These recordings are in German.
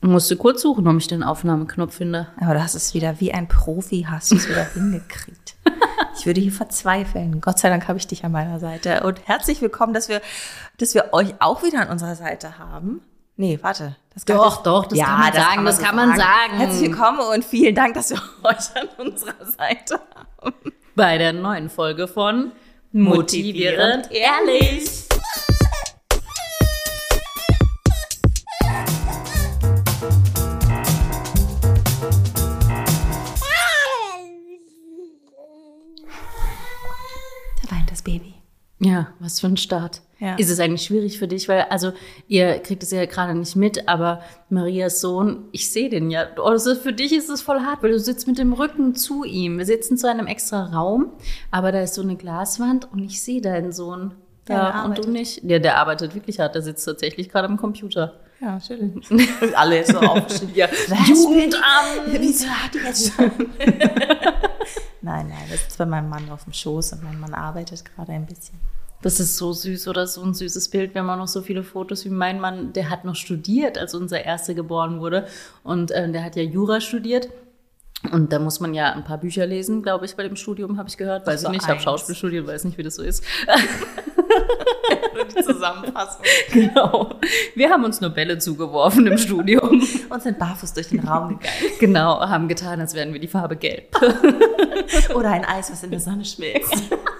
Musste kurz suchen, ob ich den Aufnahmeknopf finde. Aber du hast es wieder wie ein Profi, hast du es wieder hingekriegt. Ich würde hier verzweifeln. Gott sei Dank habe ich dich an meiner Seite. Und herzlich willkommen, dass wir euch auch wieder an unserer Seite haben. Nee, warte. Das kann man sagen. Herzlich willkommen und vielen Dank, dass wir euch an unserer Seite haben. Bei der neuen Folge von Motivierend Ehrlich. Baby. Ja, was für ein Start. Ja. Ist es eigentlich schwierig für dich? Weil, also, ihr kriegt es ja gerade nicht mit, aber Marias Sohn, ich sehe den ja. Also für dich ist es voll hart, weil du sitzt mit dem Rücken zu ihm. Wir sitzen zu einem extra Raum, aber da ist so eine Glaswand und ich sehe deinen Sohn. Da und du nicht. Ja, der arbeitet wirklich hart. Der sitzt tatsächlich gerade am Computer. Ja, natürlich. Alle so aufgeschrieben. Ja. Jugendamt! Wieso hat die jetzt schon? Nein, das ist bei meinem Mann auf dem Schoß und mein Mann arbeitet gerade ein bisschen. Das ist so süß oder so ein süßes Bild. Wir haben auch noch so viele Fotos wie mein Mann, der hat noch studiert, als unser Erster geboren wurde. Und der hat ja Jura studiert. Und da muss man ja ein paar Bücher lesen, glaube ich, bei dem Studium, habe ich gehört. Weiß ich nicht, ich habe Schauspiel studiert, weiß nicht, wie das so ist. Die Zusammenfassung. Genau. Wir haben uns nur Bälle zugeworfen im Studium. Und sind barfuß durch den Raum gegangen. Genau, haben getan, als wären wir die Farbe gelb. Oder ein Eis, was in der Sonne schmilzt.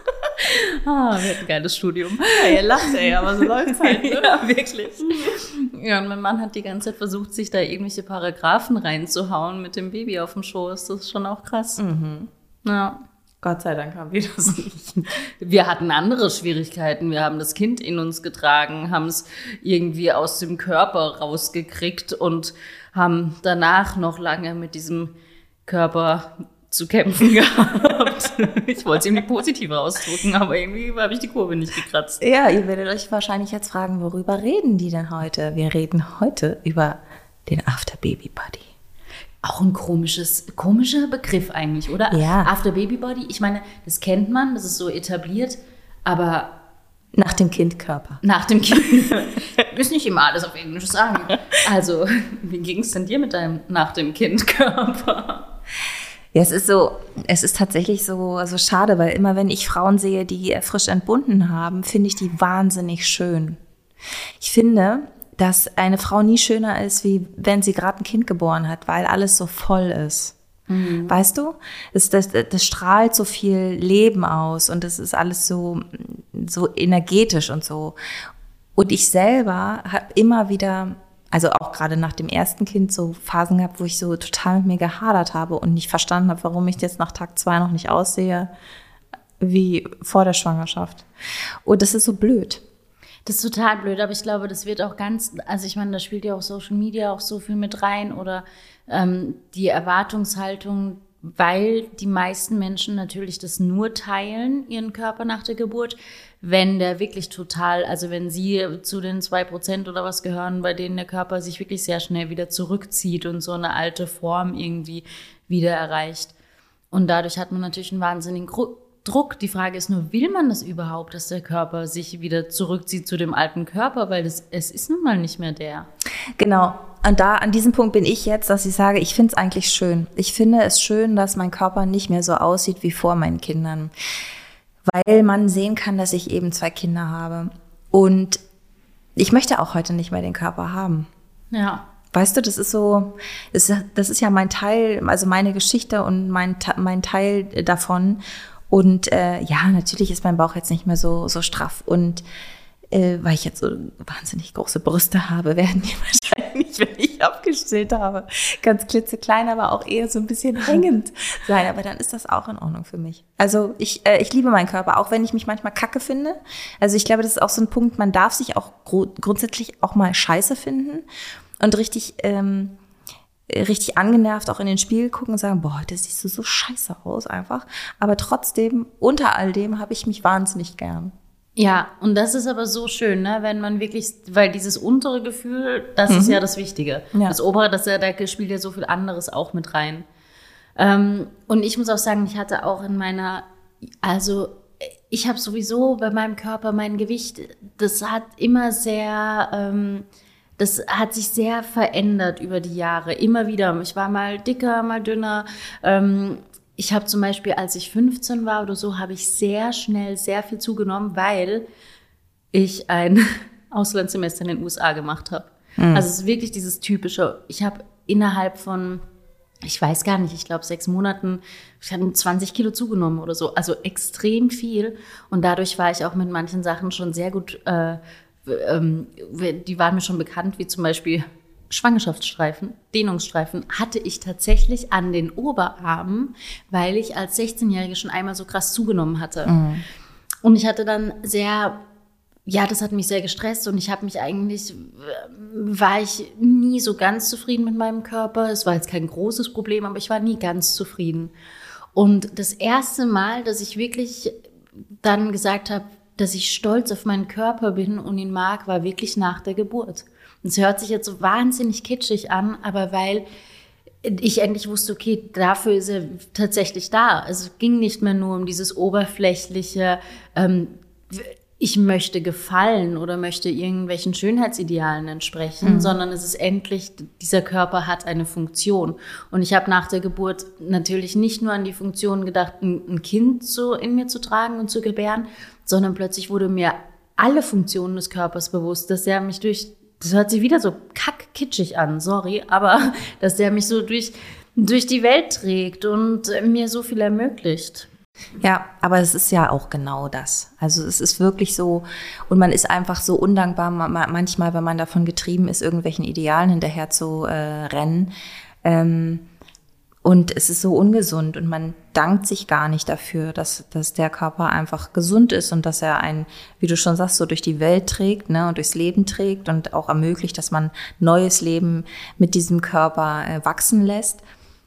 Wir hatten ein geiles Studium. Ja, ihr lacht, aber so läuft's halt. Ne? Ja, wirklich. Ja, und mein Mann hat die ganze Zeit versucht, sich da irgendwelche Paragraphen reinzuhauen mit dem Baby auf dem Schoß. Das ist schon auch krass. Mhm. Ja. Gott sei Dank haben wir das nicht. Wir hatten andere Schwierigkeiten. Wir haben das Kind in uns getragen, haben es irgendwie aus dem Körper rausgekriegt und haben danach noch lange mit diesem Körper zu kämpfen gehabt. Ich wollte es irgendwie positiver ausdrücken, aber irgendwie habe ich die Kurve nicht gekratzt. Ja, ihr werdet euch wahrscheinlich jetzt fragen, worüber reden die denn heute? Wir reden heute über den After Baby Body. Auch ein komischer Begriff eigentlich, oder? Ja. After Baby Body, ich meine, das kennt man, das ist so etabliert, aber nach dem Kindkörper. Nach dem Kind. Du wirst nicht immer alles auf Englisch sagen. Also, wie ging es denn dir mit deinem nach dem Kindkörper? Ja, es ist tatsächlich so schade, weil immer wenn ich Frauen sehe, die frisch entbunden haben, finde ich die wahnsinnig schön. Ich finde, dass eine Frau nie schöner ist, wie wenn sie gerade ein Kind geboren hat, weil alles so voll ist. Mhm. Weißt du? Das strahlt so viel Leben aus und das ist alles so energetisch und so. Und ich selber habe immer wieder, also auch gerade nach dem ersten Kind, so Phasen gehabt, wo ich so total mit mir gehadert habe und nicht verstanden habe, warum ich jetzt nach Tag 2 noch nicht aussehe wie vor der Schwangerschaft. Und das ist so blöd. Das ist total blöd, aber ich glaube, das wird auch also ich meine, da spielt ja auch Social Media auch so viel mit rein oder die Erwartungshaltung, weil die meisten Menschen natürlich das nur teilen, ihren Körper nach der Geburt, wenn der wirklich total, also wenn sie zu den 2% oder was gehören, bei denen der Körper sich wirklich sehr schnell wieder zurückzieht und so eine alte Form irgendwie wieder erreicht. Und dadurch hat man natürlich einen wahnsinnigen Druck. Die Frage ist nur, will man das überhaupt, dass der Körper sich wieder zurückzieht zu dem alten Körper, weil es ist nun mal nicht mehr der. Genau. Und an diesem Punkt bin ich jetzt, dass ich sage, ich finde es eigentlich schön. Ich finde es schön, dass mein Körper nicht mehr so aussieht wie vor meinen Kindern, weil man sehen kann, dass ich eben 2 Kinder habe. Und ich möchte auch heute nicht mehr den Körper haben. Ja. Weißt du, das ist so, das ist ja mein Teil, also meine Geschichte und mein Teil davon. Und ja, natürlich ist mein Bauch jetzt nicht mehr so straff. Und weil ich jetzt so wahnsinnig große Brüste habe, werden die wahrscheinlich, wenn ich abgestillt habe, ganz klitzeklein, aber auch eher so ein bisschen hängend sein. Aber dann ist das auch in Ordnung für mich. Also ich liebe meinen Körper, auch wenn ich mich manchmal kacke finde. Also ich glaube, das ist auch so ein Punkt, man darf sich auch grundsätzlich auch mal scheiße finden und richtig angenervt auch in den Spiegel gucken und sagen, boah, heute siehst du so scheiße aus einfach. Aber trotzdem, unter all dem habe ich mich wahnsinnig gern. Ja, und das ist aber so schön, ne, wenn man wirklich, weil dieses untere Gefühl, das ist ja das Wichtige. Ja. Das obere, da spielt ja so viel anderes auch mit rein. Und ich muss auch sagen, ich hatte auch ich habe sowieso bei meinem Körper mein Gewicht, das hat immer sehr das hat sich sehr verändert über die Jahre, immer wieder. Ich war mal dicker, mal dünner. Ich habe zum Beispiel, als ich 15 war oder so, habe ich sehr schnell sehr viel zugenommen, weil ich ein Auslandssemester in den USA gemacht habe. Also es ist wirklich dieses typische, ich habe innerhalb von, ich weiß gar nicht, ich glaube 6 Monaten, ich hatte 20 Kilo zugenommen oder so, also extrem viel. Und dadurch war ich auch mit manchen Sachen schon sehr gut, die waren mir schon bekannt, wie zum Beispiel Schwangerschaftsstreifen, Dehnungsstreifen, hatte ich tatsächlich an den Oberarmen, weil ich als 16-Jährige schon einmal so krass zugenommen hatte. Und ich hatte dann das hat mich sehr gestresst und war ich nie so ganz zufrieden mit meinem Körper. Es war jetzt kein großes Problem, aber ich war nie ganz zufrieden. Und das erste Mal, dass ich wirklich dann gesagt habe, dass ich stolz auf meinen Körper bin und ihn mag, war wirklich nach der Geburt. Und es hört sich jetzt so wahnsinnig kitschig an, aber weil ich endlich wusste, okay, dafür ist er tatsächlich da. Also es ging nicht mehr nur um dieses oberflächliche, ich möchte gefallen oder möchte irgendwelchen Schönheitsidealen entsprechen, sondern es ist endlich, dieser Körper hat eine Funktion. Und ich habe nach der Geburt natürlich nicht nur an die Funktion gedacht, ein Kind so in mir zu tragen und zu gebären, sondern plötzlich wurde mir alle Funktionen des Körpers bewusst, dass er mich das hört sich wieder so kackkitschig an, sorry, aber dass der mich so durch die Welt trägt und mir so viel ermöglicht. Ja, aber es ist ja auch genau das. Also es ist wirklich so, und man ist einfach so undankbar manchmal, wenn man davon getrieben ist, irgendwelchen Idealen hinterher zu rennen. Und es ist so ungesund und man dankt sich gar nicht dafür, dass der Körper einfach gesund ist und dass er einen, wie du schon sagst, so durch die Welt trägt, ne, und durchs Leben trägt und auch ermöglicht, dass man neues Leben mit diesem Körper wachsen lässt.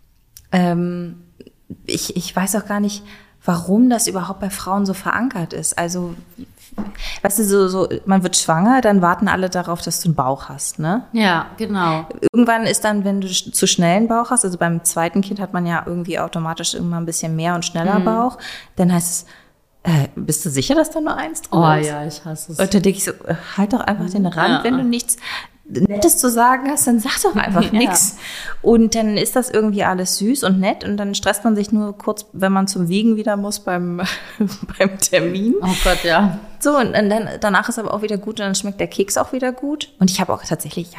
Ich weiß auch gar nicht, warum das überhaupt bei Frauen so verankert ist. Also, weißt du, so man wird schwanger, dann warten alle darauf, dass du einen Bauch hast, ne? Ja, genau. Irgendwann ist dann, wenn du zu schnell einen Bauch hast, also beim zweiten Kind hat man ja irgendwie automatisch irgendwann ein bisschen mehr und schneller Bauch, dann heißt es, bist du sicher, dass da nur eins drin ist? Ja, ich hasse es. Und dann denke ich so, halt doch einfach den Rand, wenn du nichts Nettes zu sagen hast, dann sag doch einfach nichts. Und dann ist das irgendwie alles süß und nett und dann stresst man sich nur kurz, wenn man zum Wiegen wieder muss beim Termin. Oh Gott, ja. So, und dann danach ist aber auch wieder gut und dann schmeckt der Keks auch wieder gut. Und ich habe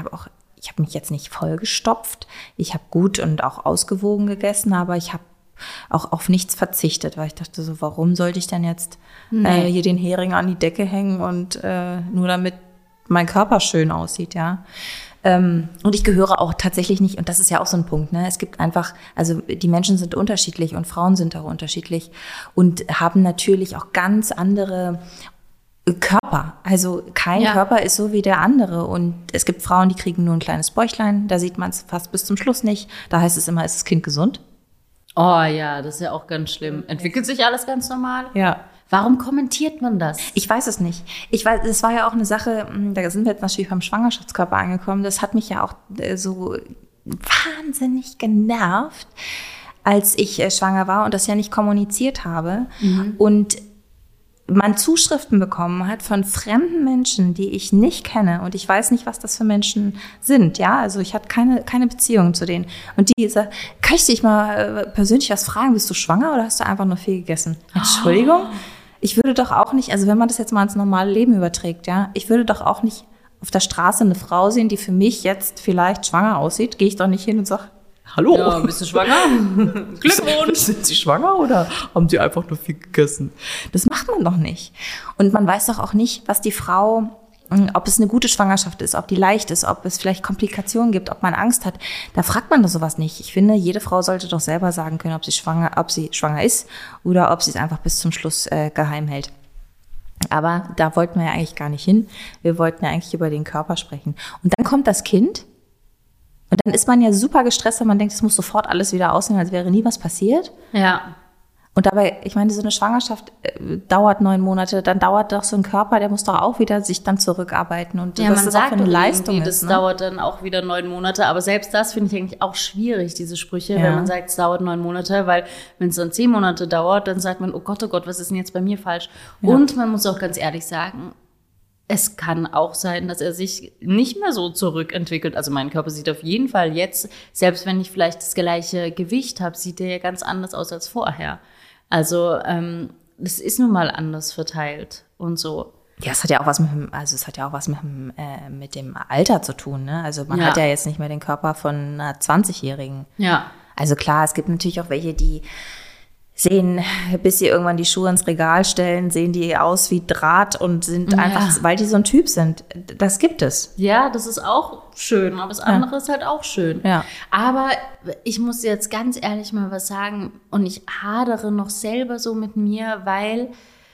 mich jetzt nicht vollgestopft. Ich habe gut und auch ausgewogen gegessen, aber ich habe auch auf nichts verzichtet, weil ich dachte so, warum sollte ich denn jetzt hier den Hering an die Decke hängen und nur damit mein Körper schön aussieht, ja. Und ich gehöre auch tatsächlich nicht, und das ist ja auch so ein Punkt, ne? Es gibt einfach, also die Menschen sind unterschiedlich und Frauen sind auch unterschiedlich und haben natürlich auch ganz andere Körper. Also kein Körper ist so wie der andere. Und es gibt Frauen, die kriegen nur ein kleines Bäuchlein, da sieht man es fast bis zum Schluss nicht. Da heißt es immer, ist das Kind gesund? Oh ja, das ist ja auch ganz schlimm. Entwickelt sich alles ganz normal? Ja. Warum kommentiert man das? Ich weiß es nicht. Es war ja auch eine Sache, da sind wir jetzt natürlich beim Schwangerschaftskörper angekommen, das hat mich ja auch so wahnsinnig genervt, als ich schwanger war und das ja nicht kommuniziert habe. Und man Zuschriften bekommen hat von fremden Menschen, die ich nicht kenne und ich weiß nicht, was das für Menschen sind, ja, also ich hatte keine Beziehung zu denen und die sagt, kann ich dich mal persönlich was fragen, bist du schwanger oder hast du einfach nur viel gegessen? Entschuldigung? Ich würde doch auch nicht, also wenn man das jetzt mal ins normale Leben überträgt, ja, ich würde doch auch nicht auf der Straße eine Frau sehen, die für mich jetzt vielleicht schwanger aussieht, gehe ich doch nicht hin und sage, hallo. Ja, bist du schwanger? Glückwunsch. Sind Sie schwanger oder haben Sie einfach nur viel gegessen? Das macht man doch nicht. Und man weiß doch auch nicht, was die Frau, ob es eine gute Schwangerschaft ist, ob die leicht ist, ob es vielleicht Komplikationen gibt, ob man Angst hat. Da fragt man doch sowas nicht. Ich finde, jede Frau sollte doch selber sagen können, ob sie schwanger ist oder ob sie es einfach bis zum Schluss geheim hält. Aber da wollten wir ja eigentlich gar nicht hin. Wir wollten ja eigentlich über den Körper sprechen. Und dann kommt das Kind. Und dann ist man ja super gestresst, weil man denkt, es muss sofort alles wieder aussehen, als wäre nie was passiert. Ja. Und dabei, ich meine, so eine Schwangerschaft dauert 9 Monate, dann dauert doch so ein Körper, der muss doch auch wieder sich dann zurückarbeiten. Und ja, das man ist sagt auch für eine Leistung. Das dauert dann auch wieder 9 Monate. Aber selbst das finde ich eigentlich auch schwierig, diese Sprüche, wenn man sagt, es dauert 9 Monate. Weil wenn es dann 10 Monate dauert, dann sagt man, oh Gott, was ist denn jetzt bei mir falsch? Ja. Und man muss auch ganz ehrlich sagen, es kann auch sein, dass er sich nicht mehr so zurückentwickelt. Also mein Körper sieht auf jeden Fall jetzt, selbst wenn ich vielleicht das gleiche Gewicht habe, sieht der ja ganz anders aus als vorher. Also das ist nun mal anders verteilt und so. Ja, es hat ja auch was mit dem Alter zu tun, ne? Also man hat ja jetzt nicht mehr den Körper von einer 20-Jährigen. Ja. Also klar, es gibt natürlich auch welche, die sehen, bis sie irgendwann die Schuhe ins Regal stellen, sehen die aus wie Draht und sind einfach, weil die so ein Typ sind. Das gibt es. Ja, das ist auch schön, aber das andere ist halt auch schön. Ja. Aber ich muss jetzt ganz ehrlich mal was sagen und ich hadere noch selber so mit mir, weil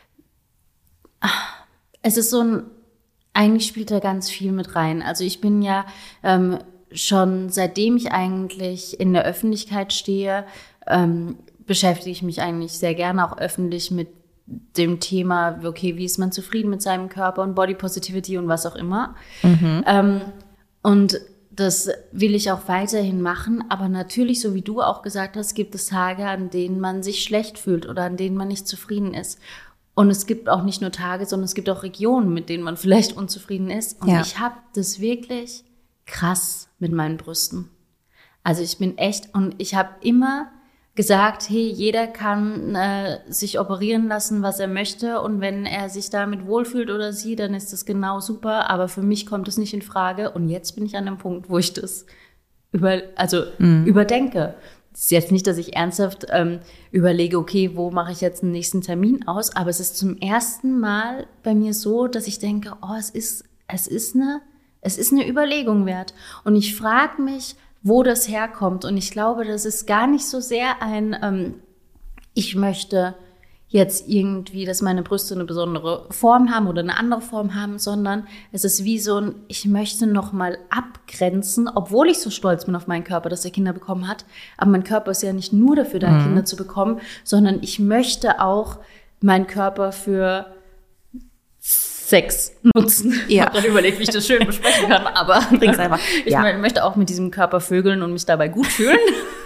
es ist eigentlich spielt da ganz viel mit rein. Also ich bin ja schon seitdem ich eigentlich in der Öffentlichkeit stehe, beschäftige ich mich eigentlich sehr gerne auch öffentlich mit dem Thema, okay, wie ist man zufrieden mit seinem Körper und Body Positivity und was auch immer. Und das will ich auch weiterhin machen, aber natürlich, so wie du auch gesagt hast, gibt es Tage, an denen man sich schlecht fühlt oder an denen man nicht zufrieden ist. Und es gibt auch nicht nur Tage, sondern es gibt auch Regionen, mit denen man vielleicht unzufrieden ist. Und ich habe das wirklich krass mit meinen Brüsten. Also ich bin echt, und ich habe immer gesagt, hey, jeder kann sich operieren lassen, was er möchte. Und wenn er sich damit wohlfühlt oder sie, dann ist das genau super. Aber für mich kommt es nicht in Frage. Und jetzt bin ich an dem Punkt, wo ich das überdenke. Es ist jetzt nicht, dass ich ernsthaft überlege, okay, wo mache ich jetzt einen nächsten Termin aus? Aber es ist zum ersten Mal bei mir so, dass ich denke, oh, es ist eine Überlegung wert. Und ich frage mich, wo das herkommt. Und ich glaube, das ist gar nicht so sehr ich möchte jetzt irgendwie, dass meine Brüste eine besondere Form haben oder eine andere Form haben, sondern es ist wie so ich möchte noch mal abgrenzen, obwohl ich so stolz bin auf meinen Körper, dass er Kinder bekommen hat. Aber mein Körper ist ja nicht nur dafür da, Kinder zu bekommen, sondern ich möchte auch meinen Körper für Sex nutzen. Ja. Ich habe gerade überlegt, wie ich das schön besprechen kann, aber bring's einfach. Ich möchte auch mit diesem Körper vögeln und mich dabei gut fühlen.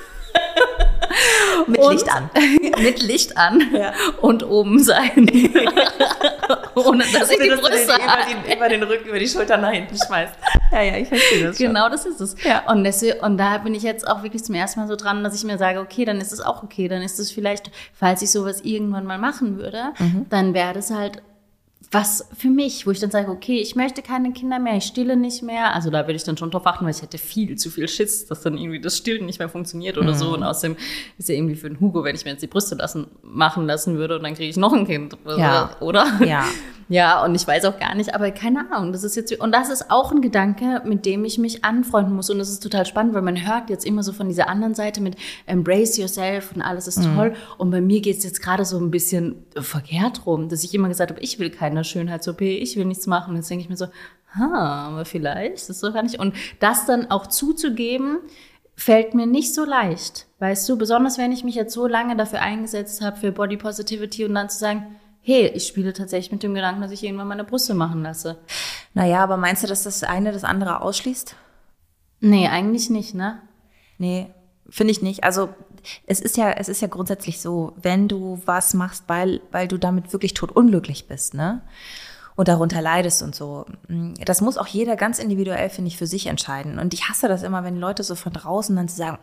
Mit Licht an. Mit Licht an und oben sein. Ohne dass ich die Brüste über den Rücken, über die Schultern nach hinten schmeißt. Ja, ich verstehe das schon. Genau, das ist es. Ja. Und da bin ich jetzt auch wirklich zum ersten Mal so dran, dass ich mir sage, okay, dann ist es auch okay. Dann ist es vielleicht, falls ich sowas irgendwann mal machen würde, dann wäre das halt was für mich, wo ich dann sage, okay, ich möchte keine Kinder mehr, ich stille nicht mehr. Also da würde ich dann schon drauf achten, weil ich hätte viel zu viel Schiss, dass dann irgendwie das Stillen nicht mehr funktioniert oder so. Und außerdem ist ja irgendwie für den Hugo, wenn ich mir jetzt die Brüste machen lassen würde und dann kriege ich noch ein Kind. Oder? Ja. Ja, und ich weiß auch gar nicht, aber keine Ahnung, das ist auch ein Gedanke, mit dem ich mich anfreunden muss. Und das ist total spannend, weil man hört jetzt immer so von dieser anderen Seite mit Embrace yourself und alles ist toll. Und bei mir geht es jetzt gerade so ein bisschen verkehrt rum, dass ich immer gesagt habe, ich will keine Schönheits-OP, ich will nichts machen. Und jetzt denke ich mir so, aber vielleicht, das ist doch gar nicht. Und das dann auch zuzugeben, fällt mir nicht so leicht, weißt du? Besonders wenn ich mich jetzt so lange dafür eingesetzt habe, für Body Positivity und dann zu sagen, hey, ich spiele tatsächlich mit dem Gedanken, dass ich irgendwann meine Brüste machen lasse. Naja, aber meinst du, dass das eine das andere ausschließt? Nee, eigentlich nicht, ne? Nee, finde ich nicht. Also es ist ja grundsätzlich so, wenn du was machst, weil du damit wirklich totunglücklich bist, ne? Und darunter leidest und so. Das muss auch jeder ganz individuell, finde ich, für sich entscheiden. Und ich hasse das immer, wenn Leute so von draußen dann sagen,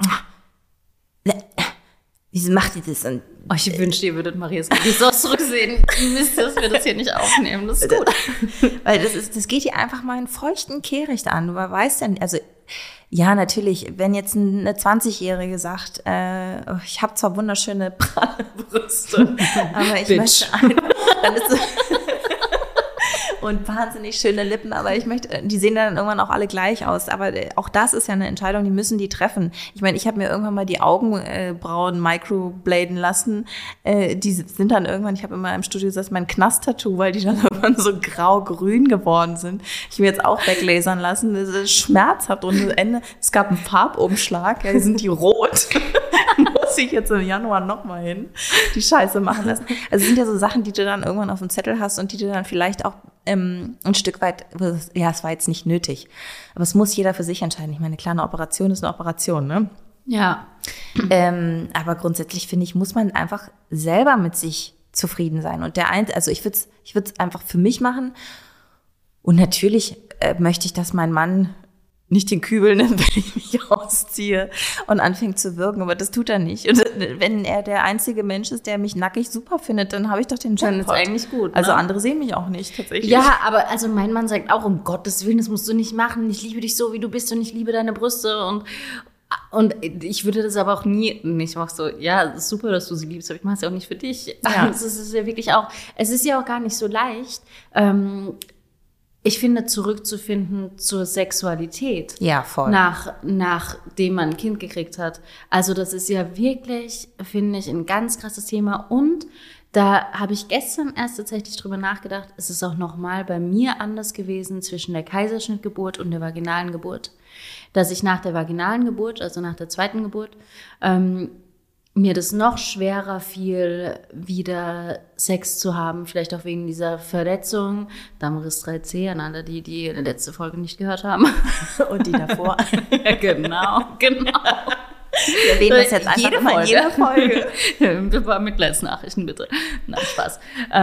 wieso macht ihr das? Und ich wünschte, ihr würdet Marias Gesichtsausdruck sehen. Mist, dass wir das hier nicht aufnehmen. Das ist gut. Weil das geht dir einfach mal einen feuchten Kehricht an. Du weißt ja, also ja, natürlich, wenn jetzt eine 20-Jährige sagt, ich habe zwar wunderschöne pralle Brüste, aber ich möchte dann ist es und wahnsinnig schöne Lippen, aber die sehen dann irgendwann auch alle gleich aus. Aber auch das ist ja eine Entscheidung, die müssen die treffen. Ich meine, ich habe mir irgendwann mal die Augenbrauen microbladen lassen. Die sind dann irgendwann, ich habe immer im Studio gesagt, mein Knast-Tattoo, weil die dann irgendwann so grau-grün geworden sind. Ich mir jetzt auch weglasern lassen. Das ist schmerzhaft und am Ende, es gab einen Farbumschlag, sind die rot. Muss ich jetzt im Januar nochmal hin, die Scheiße machen lassen. Also es sind ja so Sachen, die du dann irgendwann auf dem Zettel hast und die du dann vielleicht auch ein Stück weit, ja, es war jetzt nicht nötig. Aber es muss jeder für sich entscheiden. Ich meine, klar, eine Operation ist eine Operation, ne? Ja. Aber grundsätzlich, finde ich, muss man einfach selber mit sich zufrieden sein. Und also ich würde es einfach für mich machen. Und natürlich möchte ich, dass mein Mann nicht den Kübel nimmt, wenn ich mich ausziehe und anfängt zu wirken, aber das tut er nicht. Und wenn er der einzige Mensch ist, der mich nackig super findet, dann habe ich doch den Jackpot. Dann ist eigentlich gut. Ne? Also andere sehen mich auch nicht, tatsächlich. Ja, aber also mein Mann sagt auch, um Gottes Willen, das musst du nicht machen. Ich liebe dich so, wie du bist und ich liebe deine Brüste und ich würde das aber auch nie, ich mache so, ja, es ist super, dass du sie liebst, aber ich mache es ja auch nicht für dich. Ja. Es ist ja wirklich auch, es ist ja auch gar nicht so leicht, ich finde, zurückzufinden zur Sexualität. Ja, voll. Nachdem man ein Kind gekriegt hat. Also das ist ja wirklich, finde ich, ein ganz krasses Thema. Und da habe ich gestern erst tatsächlich drüber nachgedacht, es ist auch nochmal bei mir anders gewesen zwischen der Kaiserschnittgeburt und der vaginalen Geburt. Dass ich nach der vaginalen Geburt, also nach der zweiten Geburt, mir das noch schwerer fiel, wieder Sex zu haben, vielleicht auch wegen dieser Verletzung. Darmriss 3C, an alle, die die letzte Folge nicht gehört haben. Und die davor. Ja, genau. Wir erwähnen das jetzt einfach immer in jeder Folge. Mitleidsnachrichten, bitte. Nein, Spaß.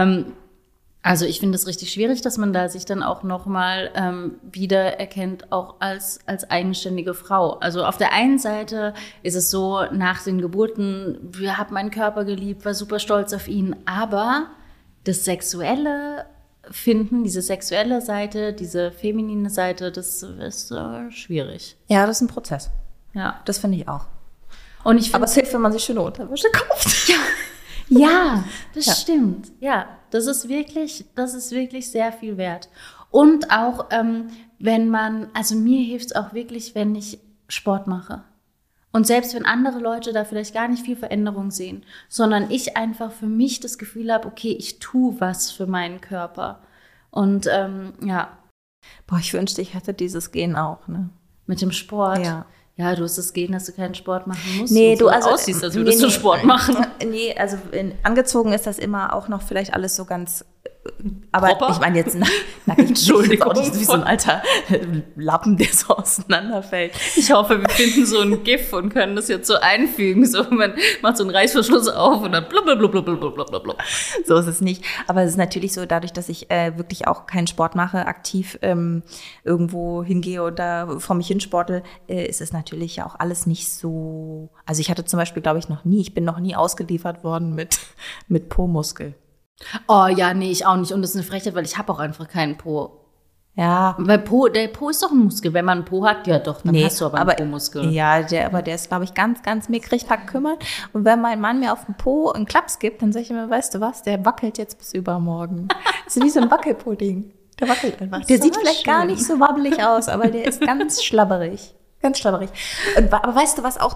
Also ich finde es richtig schwierig, dass man da sich dann auch nochmal wiedererkennt, auch als eigenständige Frau. Also auf der einen Seite ist es so, nach den Geburten, wir haben meinen Körper geliebt, war super stolz auf ihn, aber das sexuelle Finden, diese sexuelle Seite, diese feminine Seite, das ist schwierig. Ja, das ist ein Prozess. Ja. Das finde ich auch. Und ich aber es hilft, wenn man sich schöne Unterwäsche kauft. Ja, das stimmt. Ja, das ist wirklich sehr viel wert. Und auch, wenn man, also mir hilft es auch wirklich, wenn ich Sport mache. Und selbst wenn andere Leute da vielleicht gar nicht viel Veränderung sehen, sondern ich einfach für mich das Gefühl habe, okay, ich tue was für meinen Körper. Und ja. Boah, ich wünschte, ich hätte dieses Gen auch, ne? Mit dem Sport. Ja. Ja, du hast das Gen, dass du keinen Sport machen musst. Nee, du also aussiehst, als würdest du Sport machen. Nee, also angezogen ist das immer auch noch vielleicht alles so ganz. Aber proper? Ich meine jetzt nackig. Entschuldigung. Auch nicht wie so ein alter Lappen, der so auseinanderfällt. Ich hoffe, wir finden so ein GIF und können das jetzt so einfügen. So, man macht so einen Reißverschluss auf und dann blablabla. So ist es nicht. Aber es ist natürlich so, dadurch, dass ich wirklich auch keinen Sport mache, aktiv irgendwo hingehe oder vor mich hinsportel, ist es natürlich ja auch alles nicht so. Also ich hatte zum Beispiel, glaube ich, ich bin noch nie ausgeliefert worden mit Po-Muskel. Oh ja, nee, ich auch nicht. Und das ist eine Frechheit, weil ich habe auch einfach keinen Po. Ja. Weil der Po ist doch ein Muskel. Wenn man einen Po hat, ja doch, dann hast du aber einen Po-Muskel. Ja, der ist, glaube ich, ganz, ganz mickrig verkümmert. Und wenn mein Mann mir auf den Po einen Klaps gibt, dann sage ich mir, weißt du was, der wackelt jetzt bis übermorgen. Das ist wie so ein Wackelpudding. Der wackelt einfach. Der sieht vielleicht gar nicht so wabbelig aus, aber der ist ganz schlabberig. Ganz schlabberig. Aber weißt du, was auch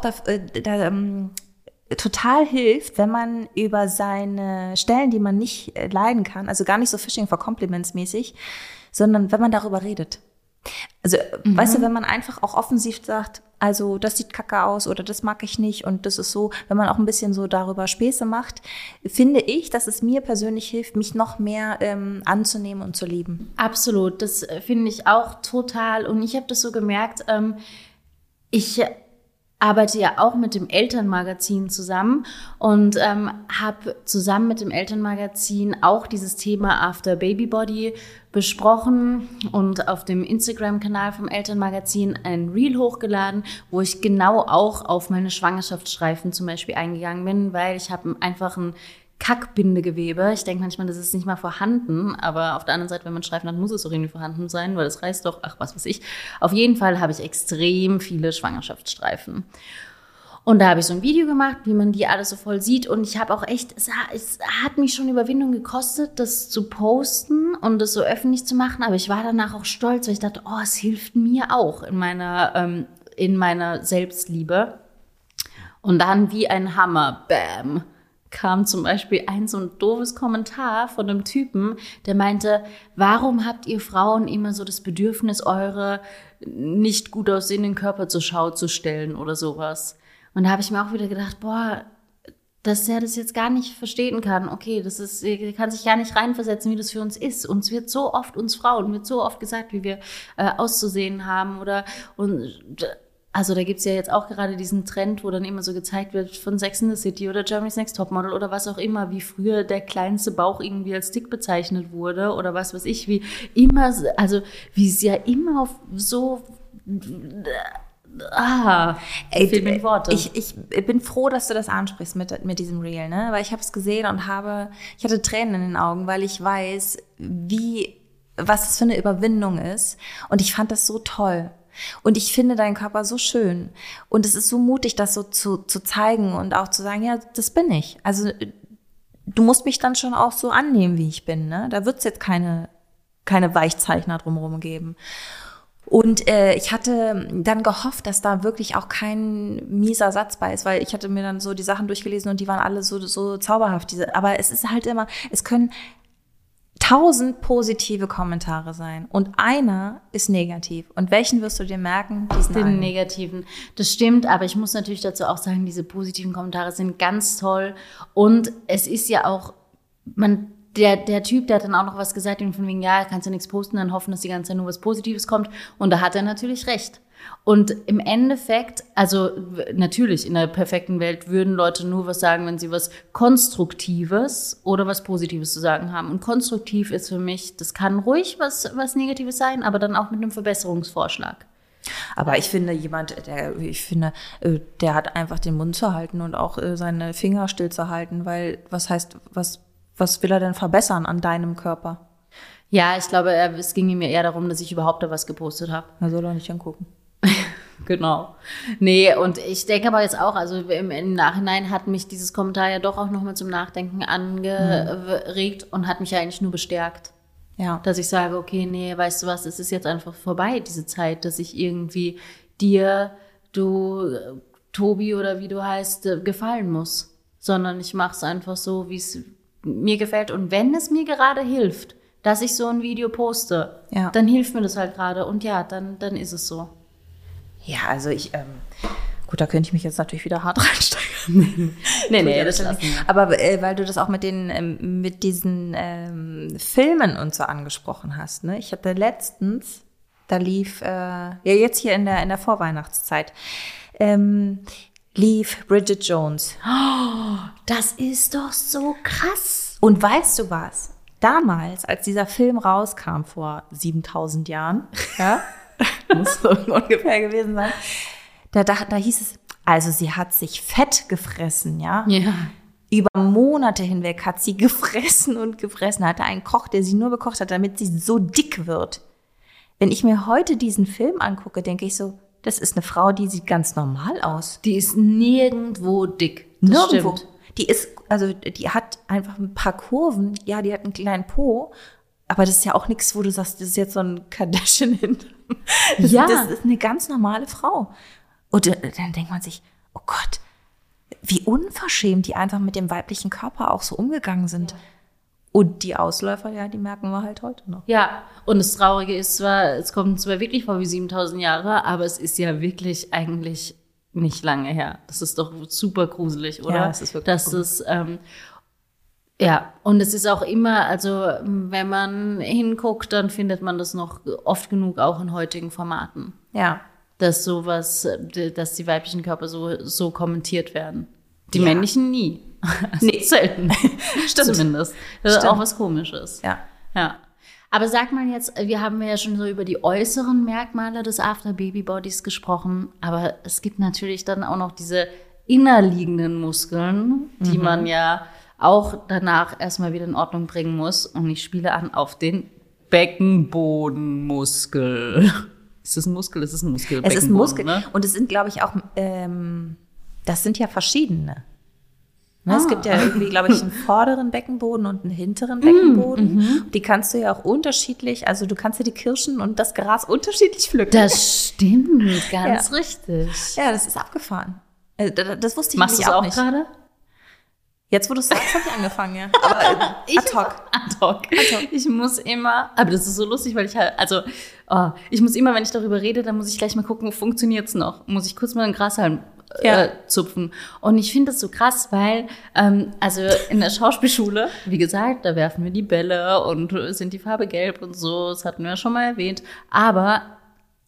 total hilft, wenn man über seine Stellen, die man nicht leiden kann, also gar nicht so Fishing for Compliments mäßig, sondern wenn man darüber redet. Also, weißt du, wenn man einfach auch offensiv sagt, also das sieht kacke aus oder das mag ich nicht und das ist so, wenn man auch ein bisschen so darüber Späße macht, finde ich, dass es mir persönlich hilft, mich noch mehr anzunehmen und zu lieben. Absolut, das finde ich auch total. Und ich habe das so gemerkt, ich arbeite ja auch mit dem Elternmagazin zusammen und habe zusammen mit dem Elternmagazin auch dieses Thema After Baby Body besprochen und auf dem Instagram-Kanal vom Elternmagazin ein Reel hochgeladen, wo ich genau auch auf meine Schwangerschaftsstreifen zum Beispiel eingegangen bin, weil ich habe einfach ein Kackbindegewebe. Ich denke manchmal, das ist nicht mal vorhanden, aber auf der anderen Seite, wenn man Streifen hat, muss es auch irgendwie vorhanden sein, weil das reißt doch, was weiß ich. Auf jeden Fall habe ich extrem viele Schwangerschaftsstreifen. Und da habe ich so ein Video gemacht, wie man die alles so voll sieht. Und ich habe auch echt, es hat mich schon Überwindung gekostet, das zu posten und das so öffentlich zu machen. Aber ich war danach auch stolz, weil ich dachte, oh, es hilft mir auch in meiner Selbstliebe. Und dann wie ein Hammer, bam, kam zum Beispiel so ein doofes Kommentar von einem Typen, der meinte, warum habt ihr Frauen immer so das Bedürfnis, eure nicht gut aussehenden Körper zur Schau zu stellen oder sowas? Und da habe ich mir auch wieder gedacht, boah, dass er das jetzt gar nicht verstehen kann. Okay, er kann sich gar nicht reinversetzen, wie das für uns ist. Uns Frauen wird so oft gesagt, wie wir auszusehen haben und also da gibt's ja jetzt auch gerade diesen Trend, wo dann immer so gezeigt wird von Sex and the City oder Germany's Next Topmodel oder was auch immer, wie früher der kleinste Bauch irgendwie als dick bezeichnet wurde oder was weiß ich, wie immer, also wie es ja immer auf so... fehlen mir die Worte. Ich bin froh, dass du das ansprichst mit diesem Reel, ne? Weil ich habe es gesehen und ich hatte Tränen in den Augen, weil ich weiß, was das für eine Überwindung ist. Und ich fand das so toll. Und ich finde deinen Körper so schön. Und es ist so mutig, das so zu zeigen und auch zu sagen, ja, das bin ich. Also du musst mich dann schon auch so annehmen, wie ich bin, ne? Da wird's jetzt keine Weichzeichner drumherum geben. Und ich hatte dann gehofft, dass da wirklich auch kein mieser Satz bei ist, weil ich hatte mir dann so die Sachen durchgelesen und die waren alle so zauberhaft. Aber es ist halt immer, es können 1000 positive Kommentare sein und einer ist negativ. Und welchen wirst du dir merken? Den negativen. Das stimmt, aber ich muss natürlich dazu auch sagen, diese positiven Kommentare sind ganz toll. Und es ist ja auch, der Typ, der hat dann auch noch was gesagt, von wegen, ja, kannst du nichts posten, dann hoffen, dass die ganze Zeit nur was Positives kommt. Und da hat er natürlich recht. Und im Endeffekt, also natürlich in der perfekten Welt würden Leute nur was sagen, wenn sie was Konstruktives oder was Positives zu sagen haben. Und konstruktiv ist für mich, das kann ruhig was Negatives sein, aber dann auch mit einem Verbesserungsvorschlag. Aber ich finde, der hat einfach den Mund zu halten und auch seine Finger still zu halten, weil was will er denn verbessern an deinem Körper? Ja, ich glaube, es ging ihm eher darum, dass ich überhaupt da was gepostet habe. Na, soll er nicht angucken. Genau. Nee, und ich denke aber jetzt auch, also im Nachhinein hat mich dieses Kommentar ja doch auch nochmal zum Nachdenken angeregt und hat mich ja eigentlich nur bestärkt. Ja. Dass ich sage, okay, nee, weißt du was, es ist jetzt einfach vorbei, diese Zeit, dass ich irgendwie dir, du, Tobi oder wie du heißt, gefallen muss. Sondern ich mache es einfach so, wie es mir gefällt. Und wenn es mir gerade hilft, dass ich so ein Video poste, dann hilft mir das halt gerade. Und ja, dann ist es so. Ja, also gut, da könnte ich mich jetzt natürlich wieder hart reinsteigern. nee, das lassen wir. Aber weil du das auch mit diesen Filmen und so angesprochen hast, ne? Ich hatte letztens, da lief, jetzt hier in der Vorweihnachtszeit, lief Bridget Jones. Oh, das ist doch so krass. Und weißt du was? Damals, als dieser Film rauskam, vor 7000 Jahren, ja, muss so ungefähr gewesen sein, da hieß es, also sie hat sich fett gefressen, ja. Ja. Über Monate hinweg hat sie gefressen und gefressen, hatte einen Koch, der sie nur bekocht hat, damit sie so dick wird. Wenn ich mir heute diesen Film angucke, denke ich so, das ist eine Frau, die sieht ganz normal aus. Die ist nirgendwo dick. Das nirgendwo. Stimmt. Die hat einfach ein paar Kurven. Ja, die hat einen kleinen Po. Aber das ist ja auch nichts, wo du sagst, das ist jetzt so ein Kardashian hinter. Das ist eine ganz normale Frau. Und dann denkt man sich, oh Gott, wie unverschämt die einfach mit dem weiblichen Körper auch so umgegangen sind. Ja. Und die Ausläufer, ja, die merken wir halt heute noch. Ja, und das Traurige ist zwar, es kommt zwar wirklich vor wie 7000 Jahre, aber es ist ja wirklich eigentlich nicht lange her. Das ist doch super gruselig, oder? Ja, es ist wirklich gruselig. Und es ist auch immer, also wenn man hinguckt, dann findet man das noch oft genug auch in heutigen Formaten. Ja. Dass die weiblichen Körper so kommentiert werden. Die männlichen nie. Also selten. Stimmt. Zumindest. Das ist auch was Komisches. Ja. Aber sag mal jetzt, wir haben ja schon so über die äußeren Merkmale des After-Baby-Bodies gesprochen, aber es gibt natürlich dann auch noch diese innerliegenden Muskeln, die man ja auch danach erstmal wieder in Ordnung bringen muss. Und ich spiele an auf den Beckenbodenmuskel. Ist das ein Muskel? Es ist ein Muskel. Es ist ein Muskel. Ne? Und es sind, glaube ich, auch, das sind ja verschiedene. Ne? Es gibt ja irgendwie, glaube ich, einen vorderen Beckenboden und einen hinteren Beckenboden. Die kannst du ja auch unterschiedlich, also du kannst ja die Kirschen und das Gras unterschiedlich pflücken. Das stimmt, ganz richtig. Ja, das ist abgefahren. Das wusste ich nämlich auch nicht. Machst du es auch gerade? Jetzt, wo du es sagst, habe ich angefangen, ja. Aber ad hoc. Ich muss immer, aber das ist so lustig, weil ich muss immer, wenn ich darüber rede, dann muss ich gleich mal gucken, funktioniert's noch? Muss ich kurz mal einen Grashalm zupfen. Und ich finde das so krass, weil, also in der Schauspielschule, wie gesagt, da werfen wir die Bälle und sind die Farbe gelb und so, das hatten wir ja schon mal erwähnt, aber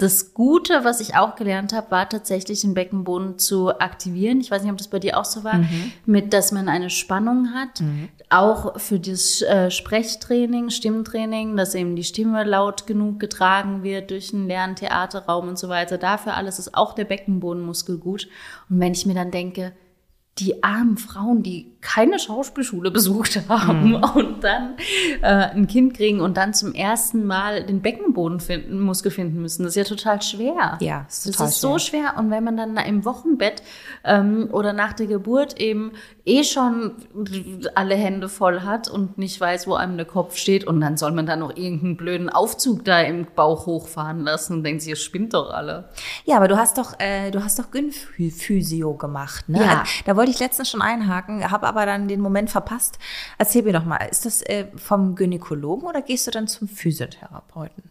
Das Gute, was ich auch gelernt habe, war tatsächlich den Beckenboden zu aktivieren. Ich weiß nicht, ob das bei dir auch so war, mit, dass man eine Spannung hat. Auch für das Sprechtraining, Stimmtraining, dass eben die Stimme laut genug getragen wird durch einen leeren Theaterraum und so weiter. Dafür alles ist auch der Beckenbodenmuskel gut. Und wenn ich mir dann denke, die armen Frauen, die keine Schauspielschule besucht haben und dann ein Kind kriegen und dann zum ersten Mal den Beckenbodenmuskel finden müssen. Das ist ja total schwer. Ja, das ist so schwer. Und wenn man dann im Wochenbett oder nach der Geburt eben schon alle Hände voll hat und nicht weiß, wo einem der Kopf steht und dann soll man dann noch irgendeinen blöden Aufzug da im Bauch hochfahren lassen und denkt sich, ihr spinnt doch alle. Ja, aber du hast doch Gynphysio gemacht, ne? Ja. Da wollte ich letztens schon einhaken, habe aber dann den Moment verpasst. Erzähl mir doch mal, ist das vom Gynäkologen oder gehst du dann zum Physiotherapeuten?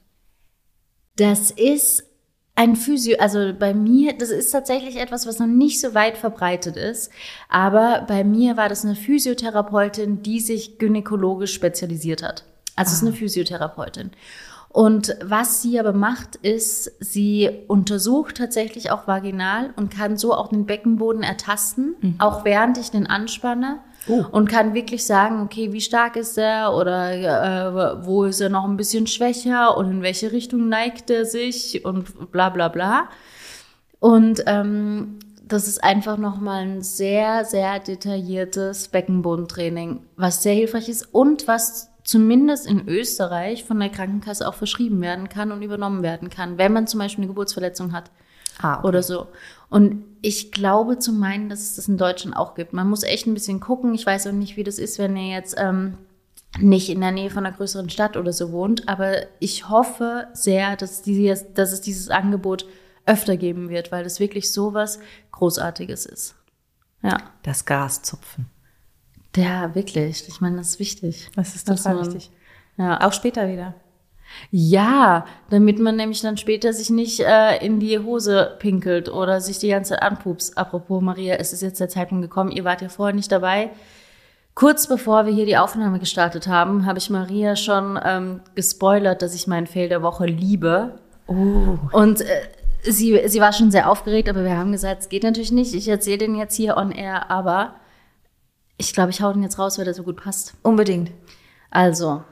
Das ist ein Physio, also bei mir, das ist tatsächlich etwas, was noch nicht so weit verbreitet ist, aber bei mir war das eine Physiotherapeutin, die sich gynäkologisch spezialisiert hat. Also es ist eine Physiotherapeutin. Und was sie aber macht, ist, sie untersucht tatsächlich auch vaginal und kann so auch den Beckenboden ertasten, auch während ich den anspanne. Und kann wirklich sagen, okay, wie stark ist er oder wo ist er noch ein bisschen schwächer und in welche Richtung neigt er sich und bla bla bla. Und das ist einfach nochmal ein sehr, sehr detailliertes Beckenbodentraining, was sehr hilfreich ist und was zumindest in Österreich von der Krankenkasse auch verschrieben werden kann und übernommen werden kann, wenn man zum Beispiel eine Geburtsverletzung hat. Okay. Oder so. Und ich glaube zu meinen, dass es das in Deutschland auch gibt. Man muss echt ein bisschen gucken. Ich weiß auch nicht, wie das ist, wenn ihr jetzt nicht in der Nähe von einer größeren Stadt oder so wohnt. Aber ich hoffe sehr, dass es dieses Angebot öfter geben wird, weil das wirklich so was Großartiges ist. Ja. Das Gaszupfen. Ja, wirklich. Ich meine, das ist wichtig. Das ist total wichtig. Ja. Auch später wieder. Ja, damit man nämlich dann später sich nicht in die Hose pinkelt oder sich die ganze Zeit anpupst. Apropos Maria, es ist jetzt der Zeitpunkt gekommen, ihr wart ja vorher nicht dabei. Kurz bevor wir hier die Aufnahme gestartet haben, habe ich Maria schon gespoilert, dass ich meinen Fail der Woche liebe. Oh. Und sie war schon sehr aufgeregt, aber wir haben gesagt, es geht natürlich nicht. Ich erzähle den jetzt hier on air, aber ich glaube, ich hau den jetzt raus, weil der so gut passt. Unbedingt. Also,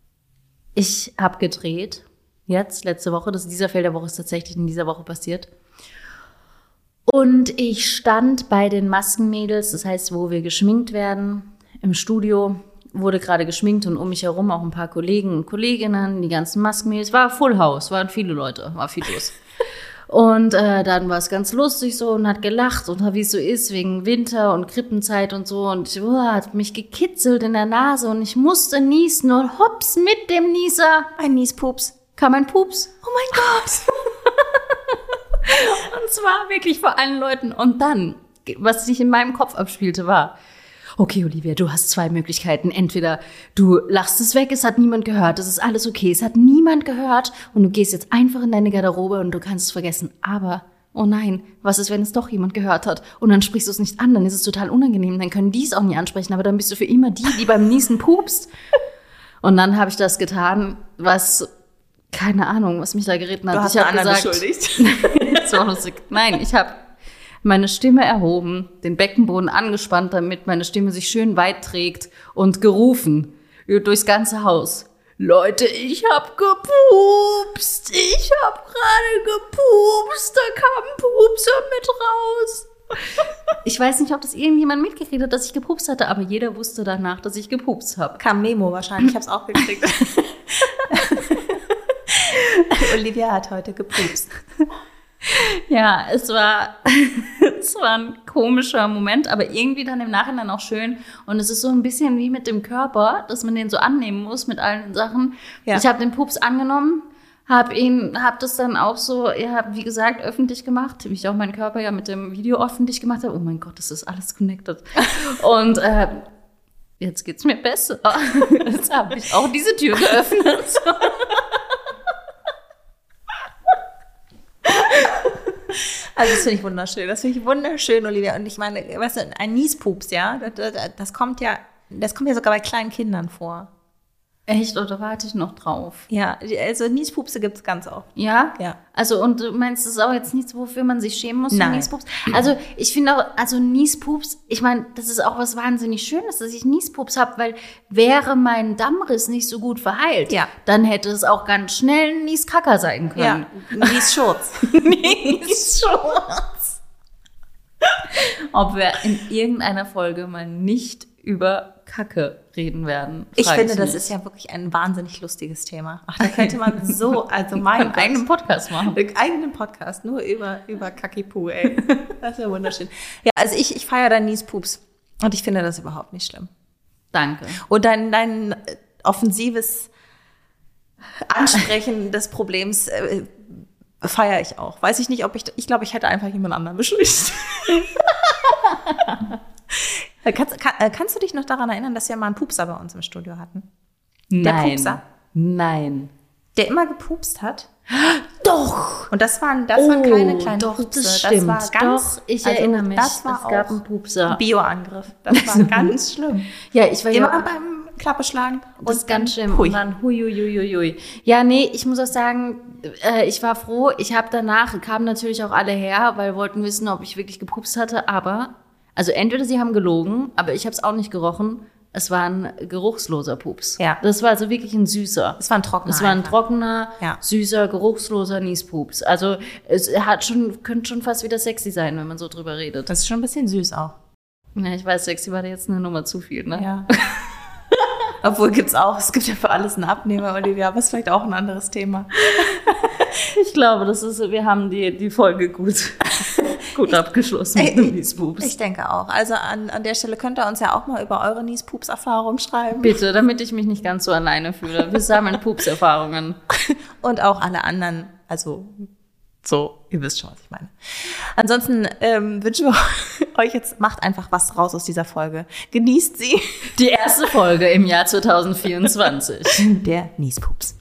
ich habe gedreht, jetzt, letzte Woche, dieser Fail der Woche ist tatsächlich in dieser Woche passiert. Und ich stand bei den Maskenmädels, das heißt, wo wir geschminkt werden, im Studio, wurde gerade geschminkt und um mich herum auch ein paar Kollegen und Kolleginnen, die ganzen Maskenmädels, war Full House, waren viele Leute, war viel los. Und dann war es ganz lustig so und hat gelacht und wie es so ist, wegen Winter und Krippenzeit und so. Und hat mich gekitzelt in der Nase und ich musste niesen und hops, mit dem Nieser, Ein Niespups. kam ein Pups. Oh mein Gott. Und zwar wirklich vor allen Leuten. Und dann, was sich in meinem Kopf abspielte, war, okay, Olivia, du hast zwei Möglichkeiten. Entweder du lachst es weg, es hat niemand gehört, das ist alles okay, es hat niemand gehört und du gehst jetzt einfach in deine Garderobe und du kannst es vergessen. Aber, oh nein, was ist, wenn es doch jemand gehört hat? Und dann sprichst du es nicht an, dann ist es total unangenehm, dann können die es auch nie ansprechen, aber dann bist du für immer die beim Niesen pupst. Und dann habe ich das getan, was, keine Ahnung, was mich da geritten hat. Du hast ich habe anderen gesagt, beschuldigt. das war lustig. Nein, ich habe meine Stimme erhoben, den Beckenboden angespannt, damit meine Stimme sich schön weit trägt und gerufen durchs ganze Haus. Leute, ich hab gepupst. Ich hab gerade gepupst. Da kam ein Pupser mit raus. Ich weiß nicht, ob das irgendjemand mitgekriegt hat, dass ich gepupst hatte, aber jeder wusste danach, dass ich gepupst habe. Kam Memo wahrscheinlich, ich hab's auch gekriegt. Olivia hat heute gepupst. Ja, es war ein komischer Moment, aber irgendwie dann im Nachhinein auch schön. Und es ist so ein bisschen wie mit dem Körper, dass man den so annehmen muss mit allen Sachen. Ja. Ich habe den Pups angenommen, hab das dann auch so, ja, wie gesagt, öffentlich gemacht, wie ich auch meinen Körper ja mit dem Video öffentlich gemacht habe. Oh mein Gott, das ist alles connected. Und jetzt geht's mir besser. Jetzt habe ich auch diese Tür geöffnet. Also das finde ich wunderschön. Das finde ich wunderschön, Olivia. Und ich meine, weißt du, ein Niespups, ja, das kommt ja sogar bei kleinen Kindern vor. Echt? Oder warte ich noch drauf? Ja, also Niespupse gibt es ganz oft. Ja? Ja. Also, und du meinst, das ist auch jetzt nichts, wofür man sich schämen muss? Nein. Niespups? Also, ich finde auch, also Niespups, ich meine, das ist auch was wahnsinnig Schönes, dass ich Niespups habe, weil wäre mein Dammriss nicht so gut verheilt, Ja. dann hätte es auch ganz schnell ein Nieskacker sein können. Niesschurz. Niesschurz. Ob wir in irgendeiner Folge mal nicht über Kacke reden werden. Ich frag finde, das mich. ist ja wirklich ein wahnsinnig lustiges Thema. Ach, da könnte man so, also einen eigenen Podcast machen. Einen eigenen Podcast, nur über Kackipu, ey. Das ist ja wunderschön. Ja, also ich feiere deinen Niespups und ich finde das überhaupt nicht schlimm. Danke. Und dein offensives Ansprechen des Problems feiere ich auch. Weiß ich nicht, ob ich glaube, ich hätte einfach jemand anderen beschützt. Kannst du dich noch daran erinnern, dass wir mal einen Pupser bei uns im Studio hatten? Der Nein. Pupser? Nein. Der immer gepupst hat? Doch! Und das waren keine kleinen doch, Pupse. das stimmt. Das war ganz, Doch, ich erinnere mich. Das war es gab auch einen Pupser. Bioangriff. Das war ganz schlimm. Ja, ich war Immer ja beim Klappe schlagen. das ist ganz schlimm. Hui. Und dann hui. Ja, nee, ich muss auch sagen, ich war froh. Ich habe danach, kamen natürlich auch alle her, weil wollten wissen, ob ich wirklich gepupst hatte. Aber, also entweder sie haben gelogen, aber ich habe es auch nicht gerochen. Es war ein geruchsloser Pups. Ja. Das war also wirklich ein süßer. Es war ein trockener. Es war ein einfach. trockener, Ja. süßer, geruchsloser Niespups. Also es könnte schon fast wieder sexy sein, wenn man so drüber redet. Das ist schon ein bisschen süß auch. Ja, ich weiß, sexy war da jetzt eine Nummer zu viel, ne? Ja. Obwohl es gibt ja für alles einen Abnehmer, Olivia, aber ist vielleicht auch ein anderes Thema. Ich glaube, wir haben die Folge gut abgeschlossen mit dem Niespups. Ich denke auch. Also an der Stelle könnt ihr uns ja auch mal über eure Niespups-Erfahrung schreiben. Bitte, damit ich mich nicht ganz so alleine fühle. Wir sammeln Pups-Erfahrungen. Und auch alle anderen, also so, ihr wisst schon, was ich meine. Ansonsten wünschen wir euch jetzt, macht einfach was raus aus dieser Folge. Genießt sie. Die erste Folge im Jahr 2024. Der Niespups.